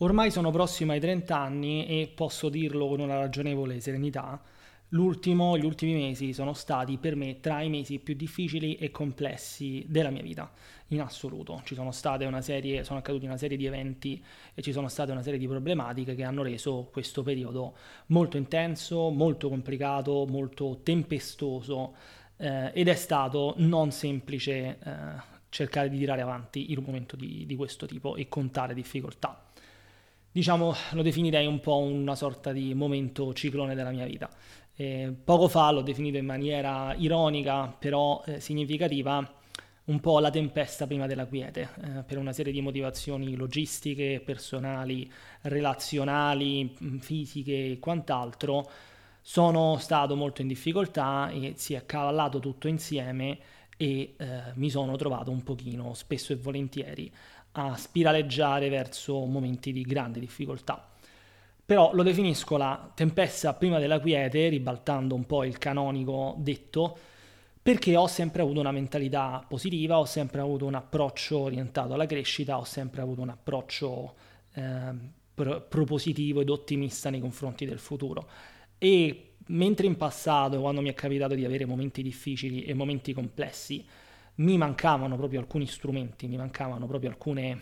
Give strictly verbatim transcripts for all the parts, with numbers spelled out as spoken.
Ormai sono prossimo ai trenta anni e posso dirlo con una ragionevole serenità. L'ultimo, gli ultimi mesi sono stati per me tra i mesi più difficili e complessi della mia vita, in assoluto. Ci sono state una serie, sono accaduti una serie di eventi e ci sono state una serie di problematiche che hanno reso questo periodo molto intenso, molto complicato, molto tempestoso eh, ed è stato non semplice eh, cercare di tirare avanti in un momento di, di questo tipo e contare difficoltà. Diciamo, lo definirei un po' una sorta di momento ciclone della mia vita. Eh, poco fa l'ho definito in maniera ironica, però eh, significativa, un po' la tempesta prima della quiete, eh, per una serie di motivazioni logistiche, personali, relazionali, mh, fisiche e quant'altro. Sono stato molto in difficoltà e si è accavallato tutto insieme e eh, mi sono trovato un pochino, spesso e volentieri, a spiraleggiare verso momenti di grande difficoltà. Però lo definisco la tempesta prima della quiete, ribaltando un po' il canonico detto, perché ho sempre avuto una mentalità positiva, ho sempre avuto un approccio orientato alla crescita, ho sempre avuto un approccio eh, pro- propositivo ed ottimista nei confronti del futuro. E mentre in passato, quando mi è capitato di avere momenti difficili e momenti complessi, mi mancavano proprio alcuni strumenti, mi mancavano proprio alcune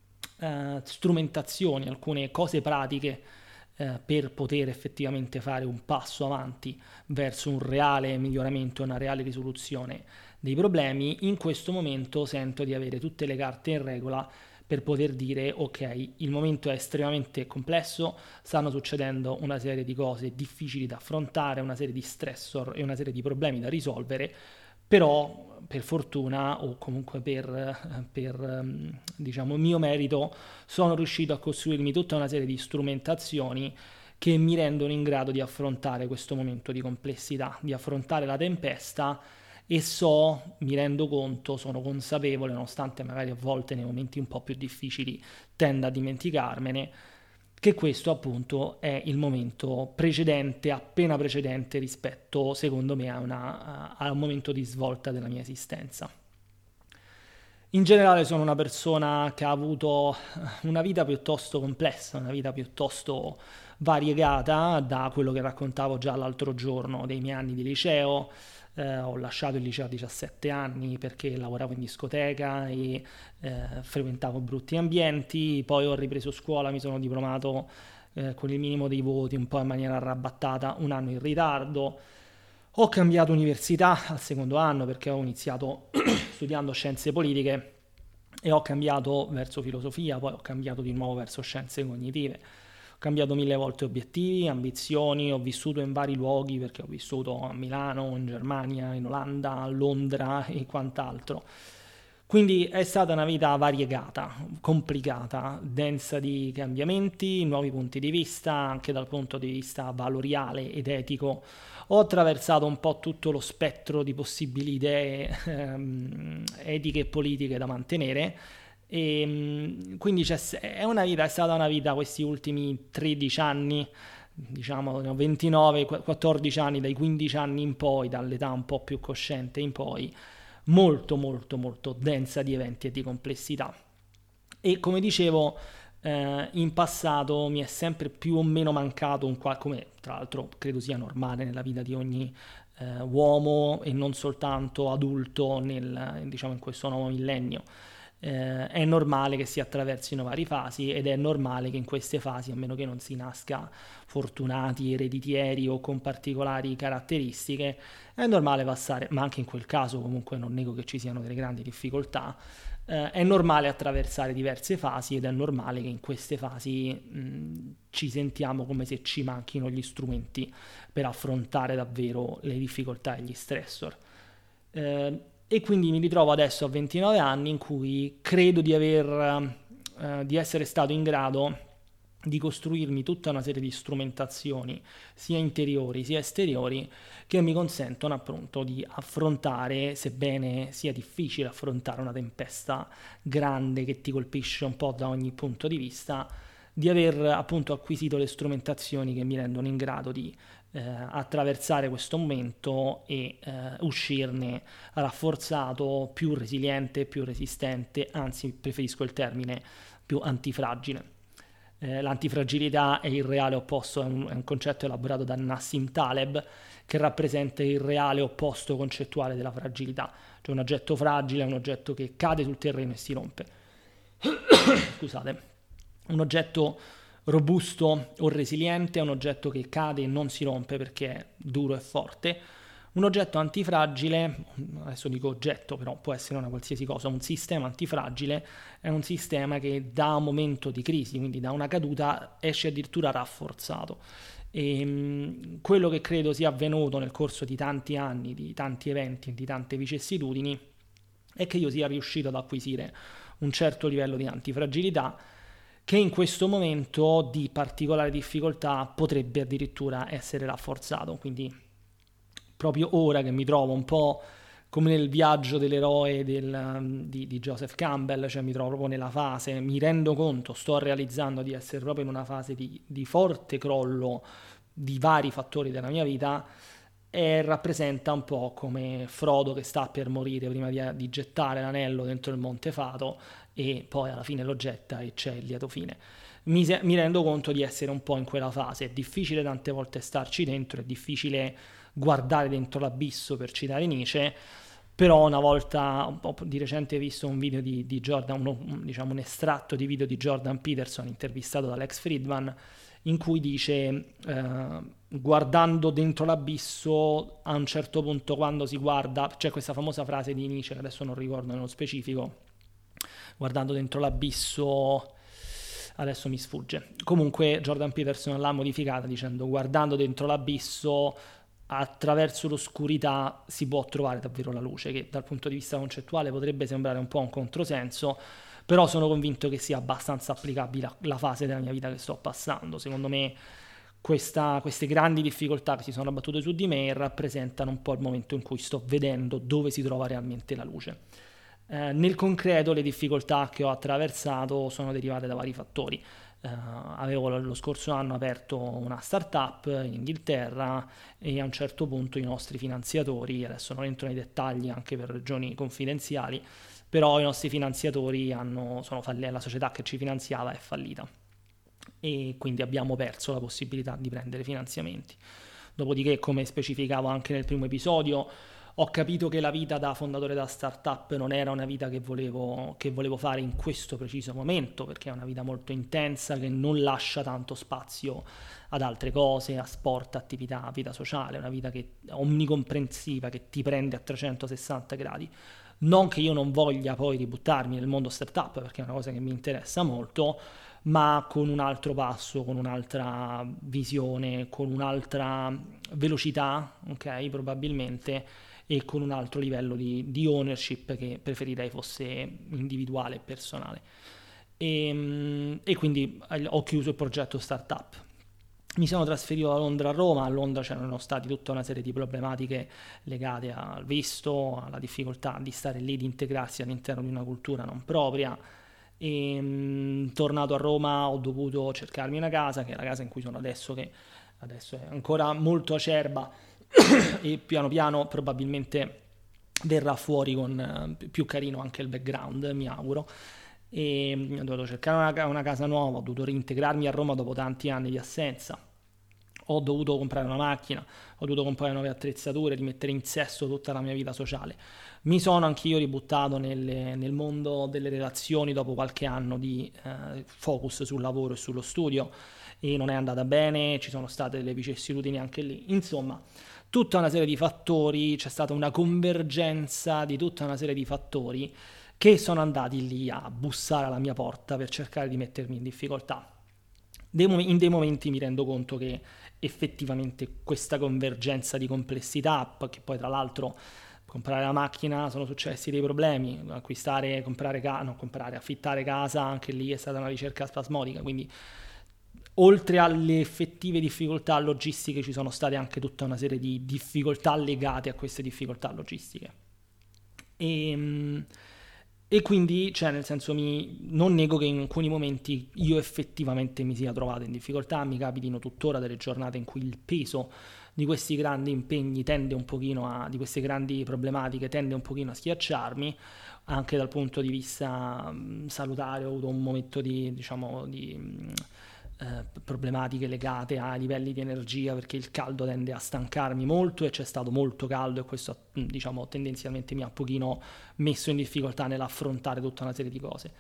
eh, strumentazioni, alcune cose pratiche eh, per poter effettivamente fare un passo avanti verso un reale miglioramento e una reale risoluzione dei problemi. In questo momento sento di avere tutte le carte in regola per poter dire ok, il momento è estremamente complesso, stanno succedendo una serie di cose difficili da affrontare, una serie di stressor e una serie di problemi da risolvere, però per fortuna o comunque per, per diciamo mio merito sono riuscito a costruirmi tutta una serie di strumentazioni che mi rendono in grado di affrontare questo momento di complessità, di affrontare la tempesta e so, mi rendo conto, sono consapevole, nonostante magari a volte nei momenti un po' più difficili tenda a dimenticarmene, che questo appunto è il momento precedente, appena precedente rispetto, secondo me, a, una, a un momento di svolta della mia esistenza. In generale sono una persona che ha avuto una vita piuttosto complessa, una vita piuttosto variegata, da quello che raccontavo già l'altro giorno dei miei anni di liceo. Eh, ho lasciato il liceo a diciassette anni perché lavoravo in discoteca e eh, frequentavo brutti ambienti, poi ho ripreso scuola, mi sono diplomato eh, con il minimo dei voti, un po' in maniera arrabattata, un anno in ritardo. Ho cambiato università al secondo anno perché ho iniziato studiando scienze politiche e ho cambiato verso filosofia, poi ho cambiato di nuovo verso scienze cognitive. Ho cambiato mille volte obiettivi, ambizioni, ho vissuto in vari luoghi perché ho vissuto a Milano, in Germania, in Olanda, a Londra e quant'altro. Quindi è stata una vita variegata, complicata, densa di cambiamenti, nuovi punti di vista, anche dal punto di vista valoriale ed etico. Ho attraversato un po' tutto lo spettro di possibili idee ehm, etiche e politiche da mantenere e mm, quindi c'è, è una vita, è stata una vita questi ultimi tredici anni, diciamo no, ventinove quattordici anni, dai quindici anni in poi, dall'età un po' più cosciente in poi, molto molto molto densa di eventi e di complessità. E come dicevo, eh, in passato mi è sempre più o meno mancato un qual- come tra l'altro credo sia normale nella vita di ogni eh, uomo e non soltanto adulto nel, diciamo, in questo nuovo millennio. Eh, è normale che si attraversino varie fasi ed è normale che in queste fasi, a meno che non si nasca fortunati, ereditieri o con particolari caratteristiche, è normale passare, ma anche in quel caso comunque non nego che ci siano delle grandi difficoltà, eh, è normale attraversare diverse fasi ed è normale che in queste fasi mh, ci sentiamo come se ci manchino gli strumenti per affrontare davvero le difficoltà e gli stressor. Eh, e quindi mi ritrovo adesso a ventinove anni in cui credo di aver, eh, di essere stato in grado di costruirmi tutta una serie di strumentazioni, sia interiori sia esteriori, che mi consentono appunto di affrontare, sebbene sia difficile affrontare una tempesta grande che ti colpisce un po' da ogni punto di vista, di aver appunto acquisito le strumentazioni che mi rendono in grado di eh, attraversare questo momento e eh, uscirne rafforzato, più resiliente, più resistente, anzi preferisco il termine più antifragile. Eh, l'antifragilità è il reale opposto, è un, è un concetto elaborato da Nassim Taleb che rappresenta il reale opposto concettuale della fragilità. Cioè un oggetto fragile è un oggetto che cade sul terreno e si rompe. Scusate. Un oggetto robusto o resiliente è un oggetto che cade e non si rompe perché è duro e forte. Un oggetto antifragile, adesso dico oggetto, però può essere una qualsiasi cosa, un sistema antifragile è un sistema che da un momento di crisi, quindi da una caduta, esce addirittura rafforzato. E mh, quello che credo sia avvenuto nel corso di tanti anni, di tanti eventi e di tante vicissitudini, è che io sia riuscito ad acquisire un certo livello di antifragilità che in questo momento di particolare difficoltà potrebbe addirittura essere rafforzato. Quindi proprio ora che mi trovo un po' come nel viaggio dell'eroe del, di, di Joseph Campbell, cioè mi trovo proprio nella fase, mi rendo conto, sto realizzando di essere proprio in una fase di, di forte crollo di vari fattori della mia vita, e rappresenta un po' come Frodo che sta per morire prima di, di gettare l'anello dentro il Monte Fato e poi alla fine lo getta e c'è il lieto fine. Mi, mi rendo conto di essere un po' in quella fase, è difficile tante volte starci dentro, è difficile guardare dentro l'abisso, per citare Nietzsche, però una volta, di recente ho visto un video di, di Jordan, uno, diciamo un estratto di video di Jordan Peterson intervistato da Lex Friedman, in cui dice eh, guardando dentro l'abisso, a un certo punto quando si guarda, c'è questa famosa frase di Nietzsche che adesso non ricordo nello specifico, guardando dentro l'abisso, adesso mi sfugge, comunque Jordan Peterson l'ha modificata dicendo guardando dentro l'abisso attraverso l'oscurità si può trovare davvero la luce, che dal punto di vista concettuale potrebbe sembrare un po' un controsenso, però sono convinto che sia abbastanza applicabile alla fase della mia vita che sto passando. Secondo me questa, queste grandi difficoltà che si sono abbattute su di me rappresentano un po' il momento in cui sto vedendo dove si trova realmente la luce. Eh, nel concreto le difficoltà che ho attraversato sono derivate da vari fattori. Uh, avevo lo scorso anno aperto una startup in Inghilterra e a un certo punto i nostri finanziatori, adesso non entro nei dettagli anche per ragioni confidenziali, però i nostri finanziatori hanno, sono falli- la società che ci finanziava è fallita e quindi abbiamo perso la possibilità di prendere finanziamenti. Dopodiché, come specificavo anche nel primo episodio, ho capito che la vita da fondatore della startup non era una vita che volevo, che volevo fare in questo preciso momento, perché è una vita molto intensa che non lascia tanto spazio ad altre cose, a sport, attività, vita sociale, una vita che è omnicomprensiva, che ti prende a trecentosessanta gradi. Non che io non voglia poi ributtarmi nel mondo startup, perché è una cosa che mi interessa molto, ma con un altro passo, con un'altra visione, con un'altra velocità, ok, probabilmente, e con un altro livello di, di ownership che preferirei fosse individuale e personale. E, e quindi ho chiuso il progetto startup. Mi sono trasferito da Londra a Roma. A Londra c'erano stati tutta una serie di problematiche legate al visto, alla difficoltà di stare lì, di integrarsi all'interno di una cultura non propria. E mh, tornato a Roma ho dovuto cercarmi una casa, che è la casa in cui sono adesso, che adesso è ancora molto acerba e piano piano probabilmente verrà fuori con uh, più carino anche il background, mi auguro. E ho dovuto cercare una, una casa nuova, ho dovuto reintegrarmi a Roma dopo tanti anni di assenza, ho dovuto comprare una macchina, ho dovuto comprare nuove attrezzature, rimettere in sesto tutta la mia vita sociale. Mi sono anch'io ributtato nelle, nel mondo delle relazioni dopo qualche anno di eh, focus sul lavoro e sullo studio, e non è andata bene, ci sono state delle vicissitudini anche lì. Insomma, tutta una serie di fattori, c'è stata una convergenza di tutta una serie di fattori che sono andati lì a bussare alla mia porta per cercare di mettermi in difficoltà. In dei momenti mi rendo conto che effettivamente questa convergenza di complessità, che poi tra l'altro comprare la macchina sono successi dei problemi, acquistare, comprare casa, no, comprare, affittare casa, anche lì è stata una ricerca spasmodica, quindi oltre alle effettive difficoltà logistiche ci sono state anche tutta una serie di difficoltà legate a queste difficoltà logistiche. E, E quindi, cioè, nel senso, mi, non nego che in alcuni momenti io effettivamente mi sia trovato in difficoltà, mi capitino tuttora delle giornate in cui il peso di questi grandi impegni tende un pochino a, di queste grandi problematiche tende un pochino a schiacciarmi, anche dal punto di vista mh, salutare. Ho avuto un momento di, diciamo, di mh, eh, problematiche legate ai livelli di energia, perché il caldo tende a stancarmi molto e c'è stato molto caldo, e questo, mh, diciamo, tendenzialmente mi ha un pochino messo in difficoltà nell'affrontare tutta una serie di cose.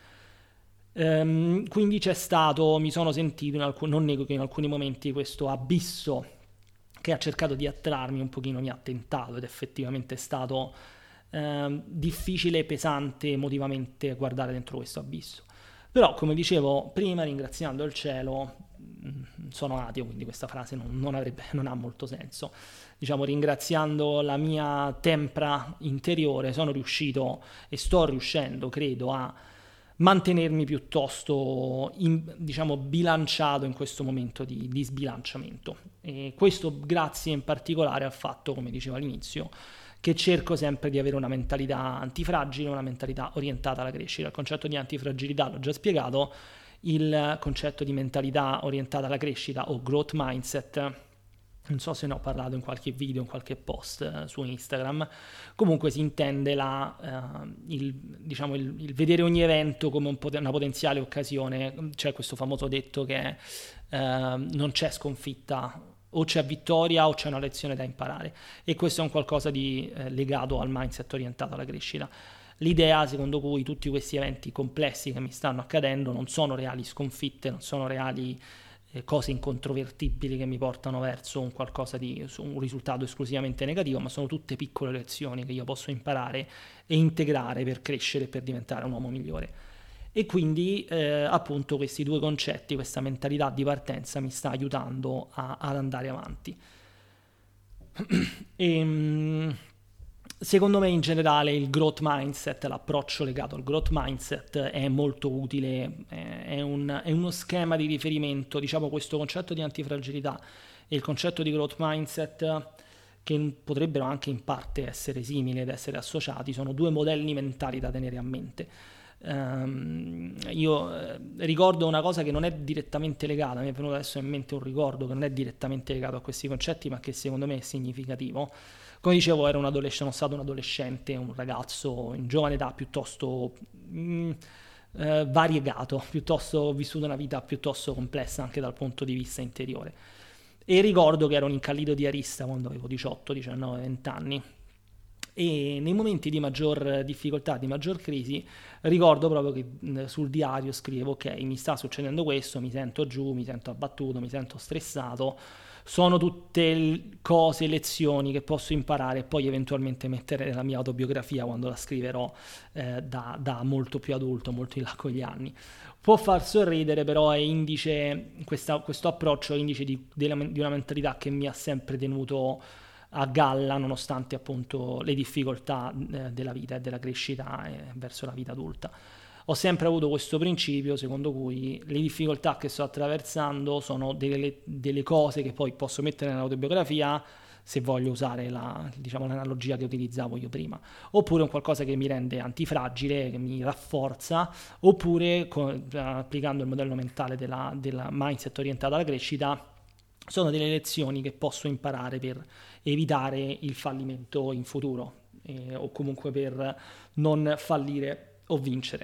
Ehm, quindi c'è stato, mi sono sentito, in alcun, non nego che in alcuni momenti questo abisso che ha cercato di attrarmi un pochino mi ha tentato, ed effettivamente è stato ehm, difficile e pesante emotivamente guardare dentro questo abisso. Però, come dicevo prima, ringraziando il cielo, mh, sono ateo, quindi questa frase non, non avrebbe, non ha molto senso. Diciamo, ringraziando la mia tempra interiore, sono riuscito e sto riuscendo, credo, a mantenermi piuttosto in, diciamo, bilanciato in questo momento di, di sbilanciamento. E questo grazie in particolare al fatto, come dicevo all'inizio, che cerco sempre di avere una mentalità antifragile, una mentalità orientata alla crescita. Il concetto di antifragilità l'ho già spiegato, il concetto di mentalità orientata alla crescita o growth mindset, non so se ne ho parlato in qualche video, in qualche post eh, su Instagram. Comunque si intende la, eh, il, diciamo il, il vedere ogni evento come un pot- una potenziale occasione. C'è questo famoso detto che eh, non c'è sconfitta, o c'è vittoria o c'è una lezione da imparare, e questo è un qualcosa di eh, legato al mindset orientato alla crescita. L'idea secondo cui tutti questi eventi complessi che mi stanno accadendo non sono reali sconfitte, non sono reali eh, cose incontrovertibili che mi portano verso un qualcosa di un risultato esclusivamente negativo, ma sono tutte piccole lezioni che io posso imparare e integrare per crescere e per diventare un uomo migliore. E quindi eh, appunto questi due concetti, questa mentalità di partenza mi sta aiutando a, ad andare avanti. E, mh, secondo me in generale il growth mindset, l'approccio legato al growth mindset è molto utile, è, un, è uno schema di riferimento, diciamo, questo concetto di antifragilità e il concetto di growth mindset, che potrebbero anche in parte essere simili ed essere associati, sono due modelli mentali da tenere a mente. Um, io eh, ricordo una cosa che non è direttamente legata, mi è venuto adesso in mente un ricordo che non è direttamente legato a questi concetti, ma che secondo me è significativo. Come dicevo, ero un adolescente, sono stato un adolescente, un ragazzo in giovane età piuttosto mh, eh, variegato, piuttosto ho vissuto una vita piuttosto complessa anche dal punto di vista interiore. E ricordo che ero un incallito diarista quando avevo diciotto, diciannove, venti anni. E nei momenti di maggior difficoltà, di maggior crisi, ricordo proprio che sul diario scrivevo: ok, mi sta succedendo questo, mi sento giù, mi sento abbattuto, mi sento stressato, sono tutte cose, lezioni che posso imparare e poi eventualmente mettere nella mia autobiografia quando la scriverò eh, da, da molto più adulto, molto in là con gli anni. Può far sorridere, però è indice, questa, questo approccio è indice di, della, di una mentalità che mi ha sempre tenuto a galla nonostante appunto le difficoltà eh, della vita e della crescita eh, verso la vita adulta. Ho sempre avuto questo principio secondo cui le difficoltà che sto attraversando sono delle, delle cose che poi posso mettere nell'autobiografia, se voglio usare la, diciamo, l'analogia che utilizzavo io prima, oppure un qualcosa che mi rende antifragile, che mi rafforza, oppure con, applicando il modello mentale della, della mindset orientata alla crescita, sono delle lezioni che posso imparare per evitare il fallimento in futuro eh, o comunque per non fallire o vincere.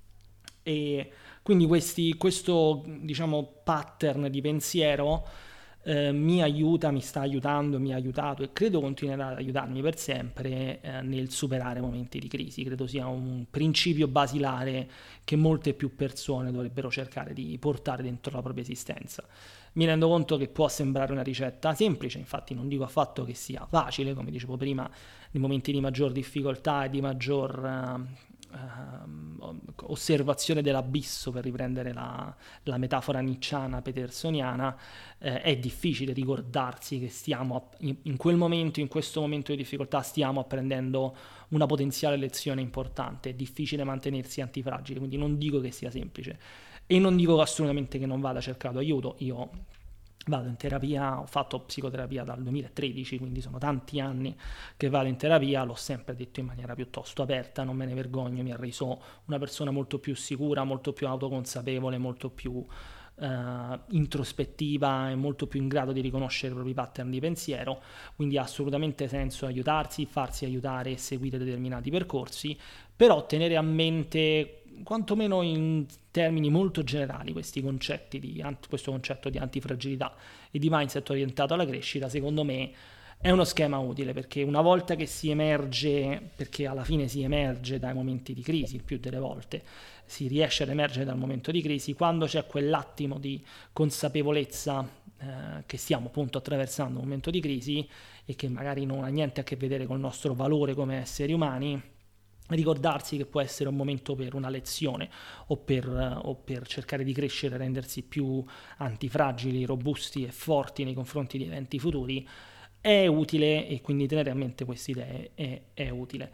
E quindi questi, questo, diciamo, pattern di pensiero eh, mi aiuta, mi sta aiutando, mi ha aiutato e credo continuerà ad aiutarmi per sempre eh, nel superare momenti di crisi. Credo sia un principio basilare che molte più persone dovrebbero cercare di portare dentro la propria esistenza. Mi rendo conto che può sembrare una ricetta semplice, infatti non dico affatto che sia facile, come dicevo prima, nei momenti di maggior difficoltà e di maggior uh, uh, osservazione dell'abisso, per riprendere la, la metafora nicciana petersoniana, eh, è difficile ricordarsi che stiamo in, in quel momento, in questo momento di difficoltà, stiamo apprendendo una potenziale lezione importante. È difficile mantenersi antifragili, quindi non dico che sia semplice. E non dico assolutamente che non vada cercato aiuto, io Vado in terapia, ho fatto psicoterapia dal duemilatredici, quindi sono tanti anni che vado in terapia, l'ho sempre detto in maniera piuttosto aperta, non me ne vergogno, mi ha reso una persona molto più sicura, molto più autoconsapevole, molto più eh, introspettiva e molto più in grado di riconoscere i propri pattern di pensiero, quindi ha assolutamente senso aiutarsi, farsi aiutare e seguire determinati percorsi, però tenere a mente, quantomeno in termini molto generali, questi concetti di, questo concetto di antifragilità e di mindset orientato alla crescita, secondo me è uno schema utile, perché una volta che si emerge, perché alla fine si emerge dai momenti di crisi, il più delle volte si riesce ad emergere dal momento di crisi, quando c'è quell'attimo di consapevolezza eh, che stiamo appunto attraversando un momento di crisi e che magari non ha niente a che vedere con il nostro valore come esseri umani, ricordarsi che può essere un momento per una lezione o per, o per cercare di crescere, rendersi più antifragili, robusti e forti nei confronti di eventi futuri, è utile, e quindi tenere a mente queste idee è, è utile.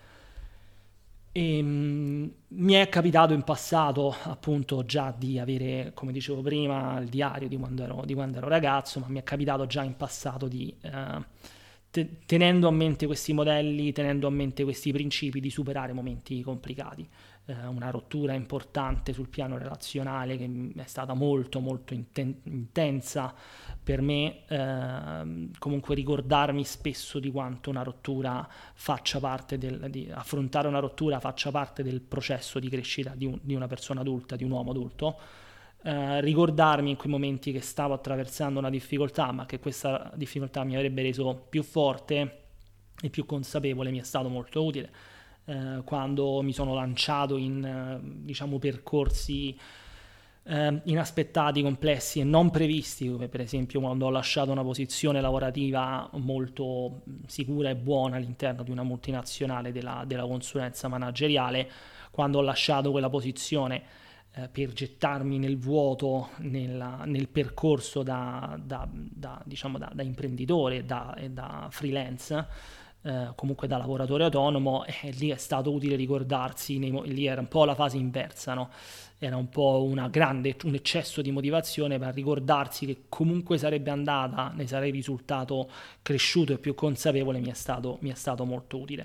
E, mh, mi è capitato in passato appunto già di avere, come dicevo prima, il diario di quando ero, di quando ero ragazzo, ma mi è capitato già in passato di... Uh, tenendo a mente questi modelli, tenendo a mente questi principi, di superare momenti complicati. Eh, una rottura importante sul piano relazionale che è stata molto molto inten- intensa per me, eh, comunque ricordarmi spesso di quanto una rottura faccia parte del, di affrontare una rottura faccia parte del processo di crescita di, un, di una persona adulta, di un uomo adulto. Uh, ricordarmi in quei momenti che stavo attraversando una difficoltà, ma che questa difficoltà mi avrebbe reso più forte e più consapevole, mi è stato molto utile. Uh, quando mi sono lanciato in uh, diciamo percorsi uh, inaspettati, complessi e non previsti, come per esempio quando ho lasciato una posizione lavorativa molto sicura e buona all'interno di una multinazionale della, della consulenza manageriale, quando ho lasciato quella posizione Eh, per gettarmi nel vuoto nella, nel percorso da, da, da, diciamo da, da imprenditore da, e da freelance, eh, comunque da lavoratore autonomo, e lì è stato utile ricordarsi, nei, lì era un po' la fase inversa, no? Era un po' una grande, un eccesso di motivazione per ricordarsi che comunque sarebbe andata, ne sarei risultato cresciuto e più consapevole, mi è stato, mi è stato molto utile.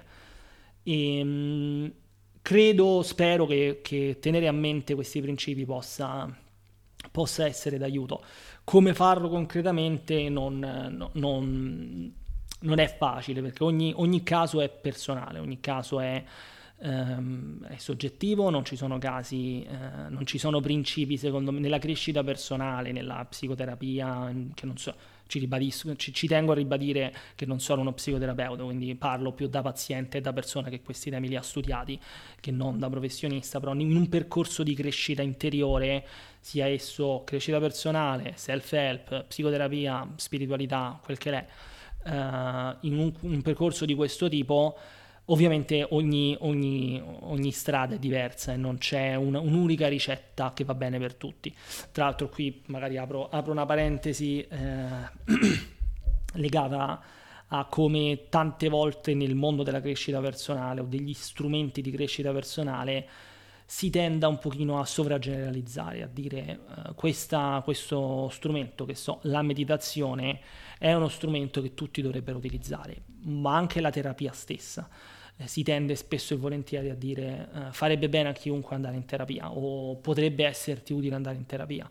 E, mh, credo, spero che, che tenere a mente questi principi possa, possa essere d'aiuto. Come farlo concretamente non, no, non, non è facile, perché ogni, ogni caso è personale, ogni caso è, ehm, è soggettivo, non ci sono casi, eh, non ci sono principi, secondo me, nella crescita personale, nella psicoterapia, che non so, ci, ribadisco, ci, ci tengo a ribadire che non sono uno psicoterapeuta, quindi parlo più da paziente e da persona che questi temi li ha studiati, che non da professionista, però in un percorso di crescita interiore, sia esso crescita personale, self-help, psicoterapia, spiritualità, quel che è, uh, in un, un percorso di questo tipo, ovviamente ogni, ogni, ogni strada è diversa e non c'è un, un'unica ricetta che va bene per tutti. Tra l'altro qui magari apro, apro una parentesi eh, legata a come tante volte nel mondo della crescita personale o degli strumenti di crescita personale si tenda un pochino a sovrageneralizzare, a dire uh, questa, questo strumento, che so, la meditazione è uno strumento che tutti dovrebbero utilizzare, ma anche la terapia stessa. Eh, si tende spesso e volentieri a dire uh, farebbe bene a chiunque andare in terapia, o potrebbe esserti utile andare in terapia,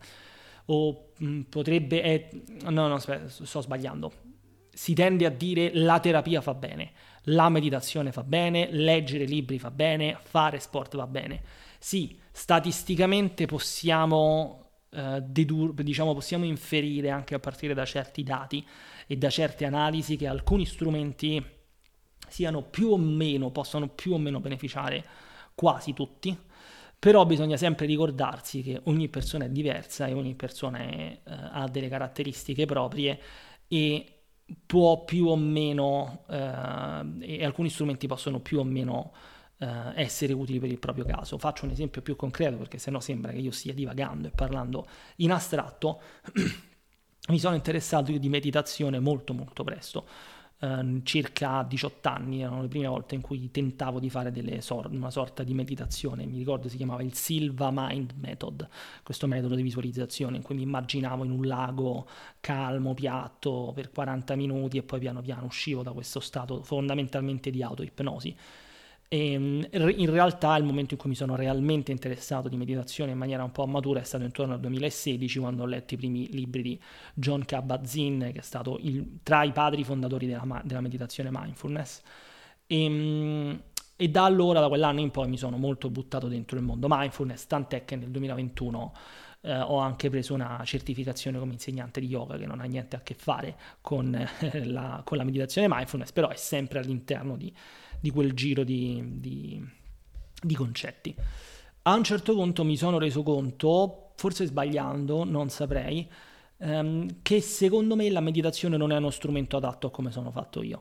o mh, potrebbe... Eh, no, no, aspetta, sto sbagliando. Si tende a dire la terapia fa bene, la meditazione fa bene, leggere libri fa bene, fare sport va bene. Sì, statisticamente possiamo, eh, dedur- diciamo, possiamo inferire anche a partire da certi dati e da certe analisi che alcuni strumenti siano più o meno, possano più o meno beneficiare quasi tutti, però bisogna sempre ricordarsi che ogni persona è diversa e ogni persona è, eh, ha delle caratteristiche proprie e può più o meno, eh, e alcuni strumenti possono più o meno eh, essere utili per il proprio caso. Faccio un esempio più concreto, perché sennò sembra che io stia divagando e parlando in astratto. Mi sono interessato di meditazione molto molto presto, eh, circa diciotto anni, erano le prime volte in cui tentavo di fare delle sor- una sorta di meditazione, mi ricordo si chiamava il Silva Mind Method, questo metodo di visualizzazione in cui mi immaginavo in un lago calmo, piatto per quaranta minuti e poi piano piano uscivo da questo stato fondamentalmente di auto-ipnosi. E in realtà il momento in cui mi sono realmente interessato di meditazione in maniera un po' matura è stato intorno al duemilasedici, quando ho letto i primi libri di Jon Kabat-Zinn, che è stato il, tra i padri fondatori della, della meditazione mindfulness. E, e da allora, da quell'anno in poi, mi sono molto buttato dentro il mondo mindfulness, tant'è che nel duemilaventuno eh, ho anche preso una certificazione come insegnante di yoga, che non ha niente a che fare con, eh, la, con la meditazione mindfulness, però è sempre all'interno di di quel giro di, di, di concetti. A un certo punto mi sono reso conto, forse sbagliando, non saprei, ehm, che secondo me la meditazione non è uno strumento adatto a come sono fatto io.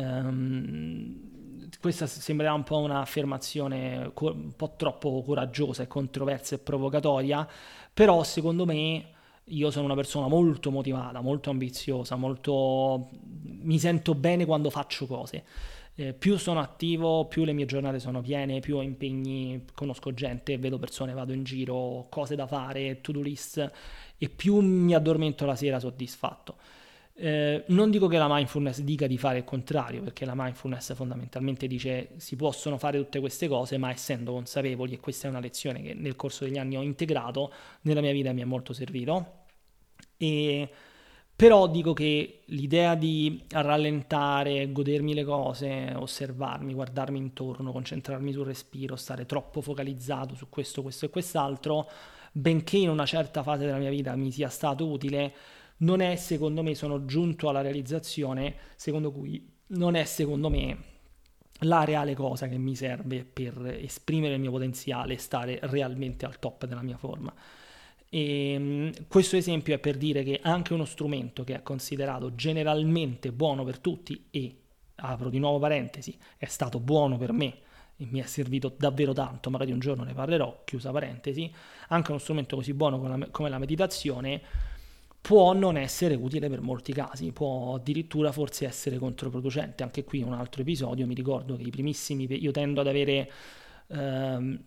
Ehm, questa sembrerà un po' un'affermazione co- un po' troppo coraggiosa e controversa e provocatoria, però secondo me io sono una persona molto motivata, molto ambiziosa, molto... mi sento bene quando faccio cose. Eh, più sono attivo, più le mie giornate sono piene, più ho impegni, conosco gente, vedo persone, vado in giro, ho cose da fare, to-do list, e più mi addormento la sera soddisfatto. Eh, non dico che la mindfulness dica di fare il contrario, perché la mindfulness fondamentalmente dice si possono fare tutte queste cose, ma essendo consapevoli, e questa è una lezione che nel corso degli anni ho integrato, nella mia vita mi è molto servito. E però dico che l'idea di rallentare, godermi le cose, osservarmi, guardarmi intorno, concentrarmi sul respiro, stare troppo focalizzato su questo, questo e quest'altro, benché in una certa fase della mia vita mi sia stato utile, non è, secondo me, sono giunto alla realizzazione secondo cui non è, secondo me, la reale cosa che mi serve per esprimere il mio potenziale e stare realmente al top della mia forma. E mh, questo esempio è per dire che anche uno strumento che è considerato generalmente buono per tutti e, apro di nuovo parentesi, è stato buono per me e mi è servito davvero tanto, magari un giorno ne parlerò, chiusa parentesi, anche uno strumento così buono come la, come la meditazione può non essere utile per molti casi, può addirittura forse essere controproducente. Anche qui un altro episodio, mi ricordo che i primissimi, io tendo ad avere ehm,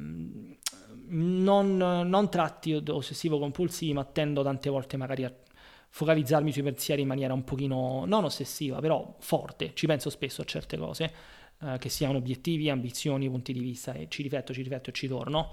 non, non tratti ossessivo compulsivi, ma tendo tante volte magari a focalizzarmi sui pensieri in maniera un pochino non ossessiva, però forte, ci penso spesso a certe cose, eh, che siano obiettivi, ambizioni, punti di vista, e ci rifletto, ci rifletto e ci torno,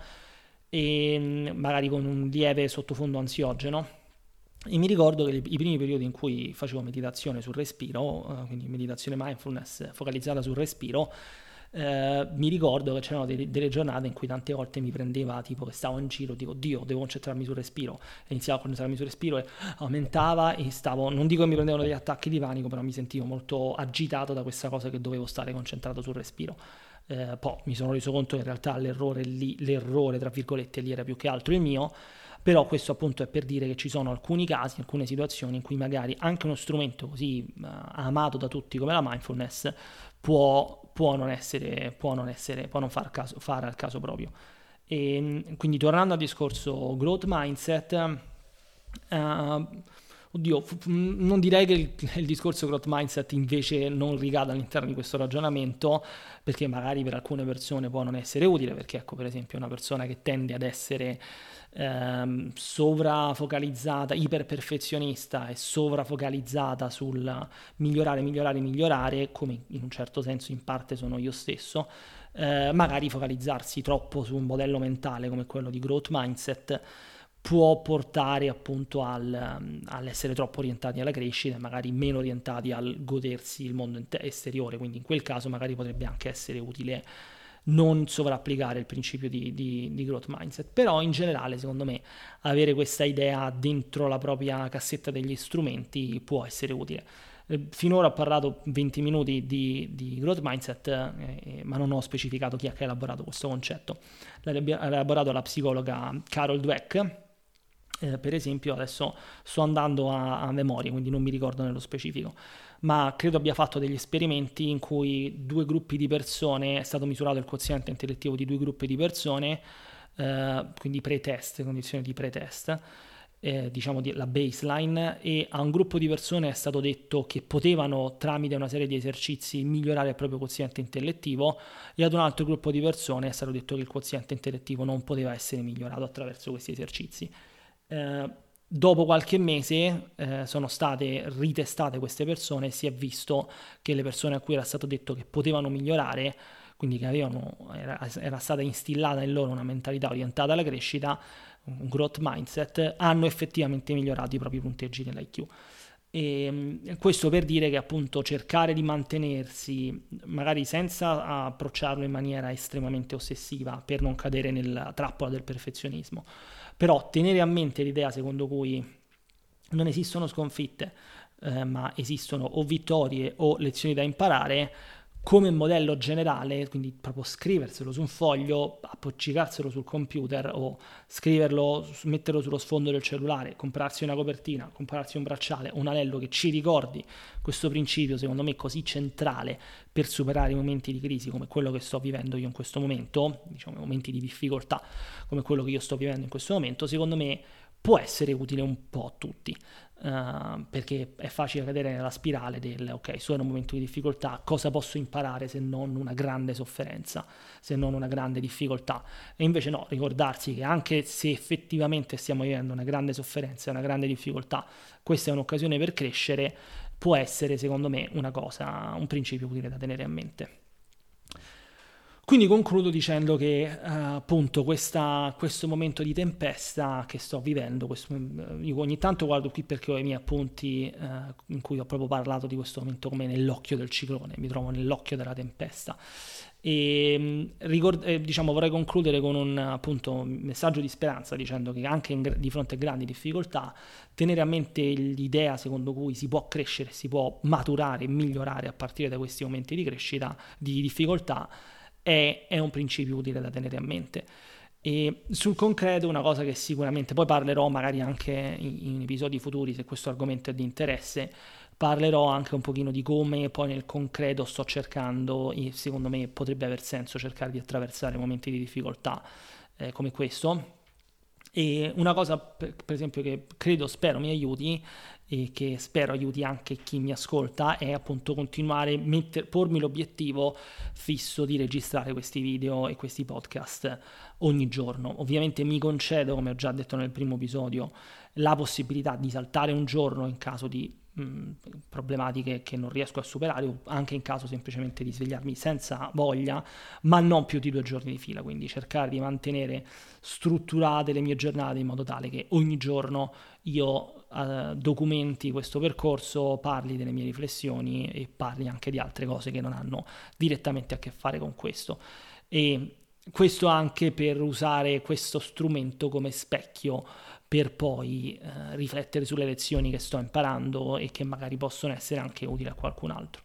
e mm, magari con un lieve sottofondo ansiogeno. E mi ricordo che i primi periodi in cui facevo meditazione sul respiro, eh, quindi meditazione mindfulness focalizzata sul respiro, eh, mi ricordo che c'erano delle, delle giornate in cui tante volte mi prendeva, tipo che stavo in giro, dico Dio, devo concentrarmi sul respiro, e iniziavo a concentrarmi sul respiro e aumentava e stavo, non dico che mi prendevano degli attacchi di panico, però mi sentivo molto agitato da questa cosa che dovevo stare concentrato sul respiro. Eh, poi mi sono reso conto che in realtà l'errore lì, l'errore tra virgolette lì era più che altro il mio, però questo appunto è per dire che ci sono alcuni casi, alcune situazioni in cui magari anche uno strumento così uh, amato da tutti come la mindfulness può, può non essere, può non essere, può non far caso, fare al caso proprio. E quindi tornando al discorso growth mindset, uh, oddio, f- non direi che il, il discorso growth mindset invece non ricada all'interno di questo ragionamento, perché magari per alcune persone può non essere utile, perché ecco per esempio una persona che tende ad essere ehm, sovrafocalizzata, iperperfezionista e sovrafocalizzata sul migliorare, migliorare, migliorare, come in un certo senso in parte sono io stesso, eh, magari focalizzarsi troppo su un modello mentale come quello di growth mindset può portare appunto al, all'essere troppo orientati alla crescita e magari meno orientati al godersi il mondo esteriore, quindi in quel caso magari potrebbe anche essere utile non sovrapplicare il principio di, di, di growth mindset, però in generale secondo me avere questa idea dentro la propria cassetta degli strumenti può essere utile. Finora ho parlato venti minuti di, di growth mindset, eh, ma non ho specificato chi è che ha elaborato questo concetto. L'ha elaborato la psicologa Carol Dweck. Eh, per esempio adesso sto andando a, a memoria, quindi non mi ricordo nello specifico, ma credo abbia fatto degli esperimenti in cui due gruppi di persone, è stato misurato il quoziente intellettivo di due gruppi di persone, eh, quindi pre-test, condizioni di pre-test, eh, diciamo di, la baseline, e a un gruppo di persone è stato detto che potevano tramite una serie di esercizi migliorare il proprio quoziente intellettivo, e ad un altro gruppo di persone è stato detto che il quoziente intellettivo non poteva essere migliorato attraverso questi esercizi. Eh, dopo qualche mese eh, sono state ritestate queste persone e si è visto che le persone a cui era stato detto che potevano migliorare, quindi che avevano, era, era stata instillata in loro una mentalità orientata alla crescita, un growth mindset, hanno effettivamente migliorato i propri punteggi nell'I Q. E questo per dire che appunto cercare di mantenersi, magari senza approcciarlo in maniera estremamente ossessiva per non cadere nella trappola del perfezionismo, però tenere a mente l'idea secondo cui non esistono sconfitte, eh, ma esistono o vittorie o lezioni da imparare, come modello generale, quindi proprio scriverselo su un foglio, appoggiarselo sul computer o scriverlo, metterlo sullo sfondo del cellulare, comprarsi una copertina, comprarsi un bracciale, un anello che ci ricordi questo principio, secondo me così centrale per superare i momenti di crisi come quello che sto vivendo io in questo momento, diciamo momenti di difficoltà come quello che io sto vivendo in questo momento, secondo me può essere utile un po' a tutti. Uh, perché è facile cadere nella spirale del ok, sono in un momento di difficoltà, cosa posso imparare se non una grande sofferenza, se non una grande difficoltà? E invece no, ricordarsi che anche se effettivamente stiamo vivendo una grande sofferenza, una grande difficoltà, questa è un'occasione per crescere, può essere secondo me una cosa, un principio utile da tenere a mente. Quindi concludo dicendo che uh, appunto questa, questo momento di tempesta che sto vivendo, questo, io ogni tanto guardo qui perché ho i miei appunti uh, in cui ho proprio parlato di questo momento come nell'occhio del ciclone, mi trovo nell'occhio della tempesta. E ricord- eh, diciamo vorrei concludere con un appunto messaggio di speranza, dicendo che anche in, di fronte a grandi difficoltà tenere a mente l'idea secondo cui si può crescere, si può maturare e migliorare a partire da questi momenti di crescita, di difficoltà, È, è un principio utile da tenere a mente. E sul concreto una cosa che sicuramente poi parlerò magari anche in, in episodi futuri, se questo argomento è di interesse, parlerò anche un pochino di come poi nel concreto sto cercando, e secondo me potrebbe aver senso cercare di attraversare momenti di difficoltà eh, come questo. E una cosa per, per esempio che credo, spero mi aiuti e che spero aiuti anche chi mi ascolta è appunto continuare a metter, pormi l'obiettivo fisso di registrare questi video e questi podcast ogni giorno. Ovviamente mi concedo, come ho già detto nel primo episodio, la possibilità di saltare un giorno in caso di mh, problematiche che non riesco a superare, o anche in caso semplicemente di svegliarmi senza voglia, ma non più di due giorni di fila, quindi cercare di mantenere strutturate le mie giornate in modo tale che ogni giorno io uh, documenti questo percorso, parli delle mie riflessioni e parli anche di altre cose che non hanno direttamente a che fare con questo. E questo anche per usare questo strumento come specchio per poi uh, riflettere sulle lezioni che sto imparando e che magari possono essere anche utili a qualcun altro.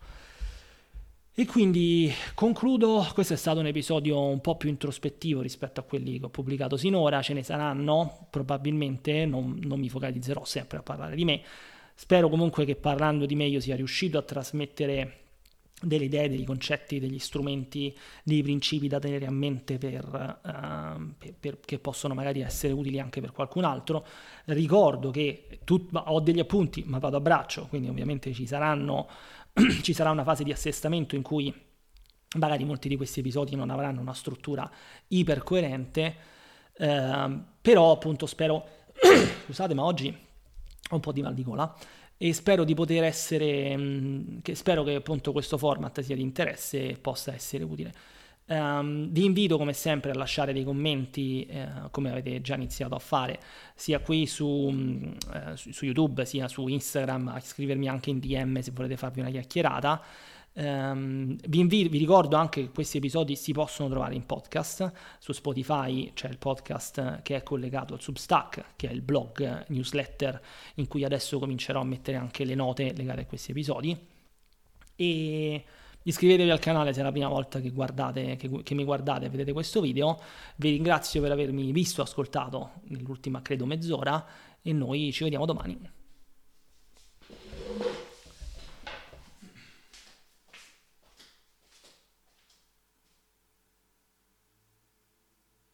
E quindi concludo, questo è stato un episodio un po' più introspettivo rispetto a quelli che ho pubblicato sinora, ce ne saranno probabilmente, non, non mi focalizzerò sempre a parlare di me, spero comunque che parlando di me io sia riuscito a trasmettere delle idee, dei concetti, degli strumenti, dei principi da tenere a mente per, uh, per, per, che possono magari essere utili anche per qualcun altro. Ricordo che tu, ho degli appunti ma vado a braccio, quindi ovviamente ci saranno ci sarà una fase di assestamento in cui magari molti di questi episodi non avranno una struttura ipercoerente, eh, però appunto spero scusate ma oggi ho un po' di mal di gola e spero di poter essere mh, che spero che appunto questo format sia di interesse e possa essere utile. Um, vi invito come sempre a lasciare dei commenti eh, come avete già iniziato a fare sia qui su, mh, eh, su, su YouTube sia su Instagram, a scrivermi anche in D M se volete farvi una chiacchierata. Um, vi, invito, vi ricordo anche che questi episodi si possono trovare in podcast su Spotify, c'è il podcast che è collegato al Substack, che è il blog newsletter in cui adesso comincerò a mettere anche le note legate a questi episodi. E iscrivetevi al canale se è la prima volta che, guardate, che, che mi guardate e vedete questo video. Vi ringrazio per avermi visto, ascoltato nell'ultima credo mezz'ora e noi ci vediamo domani.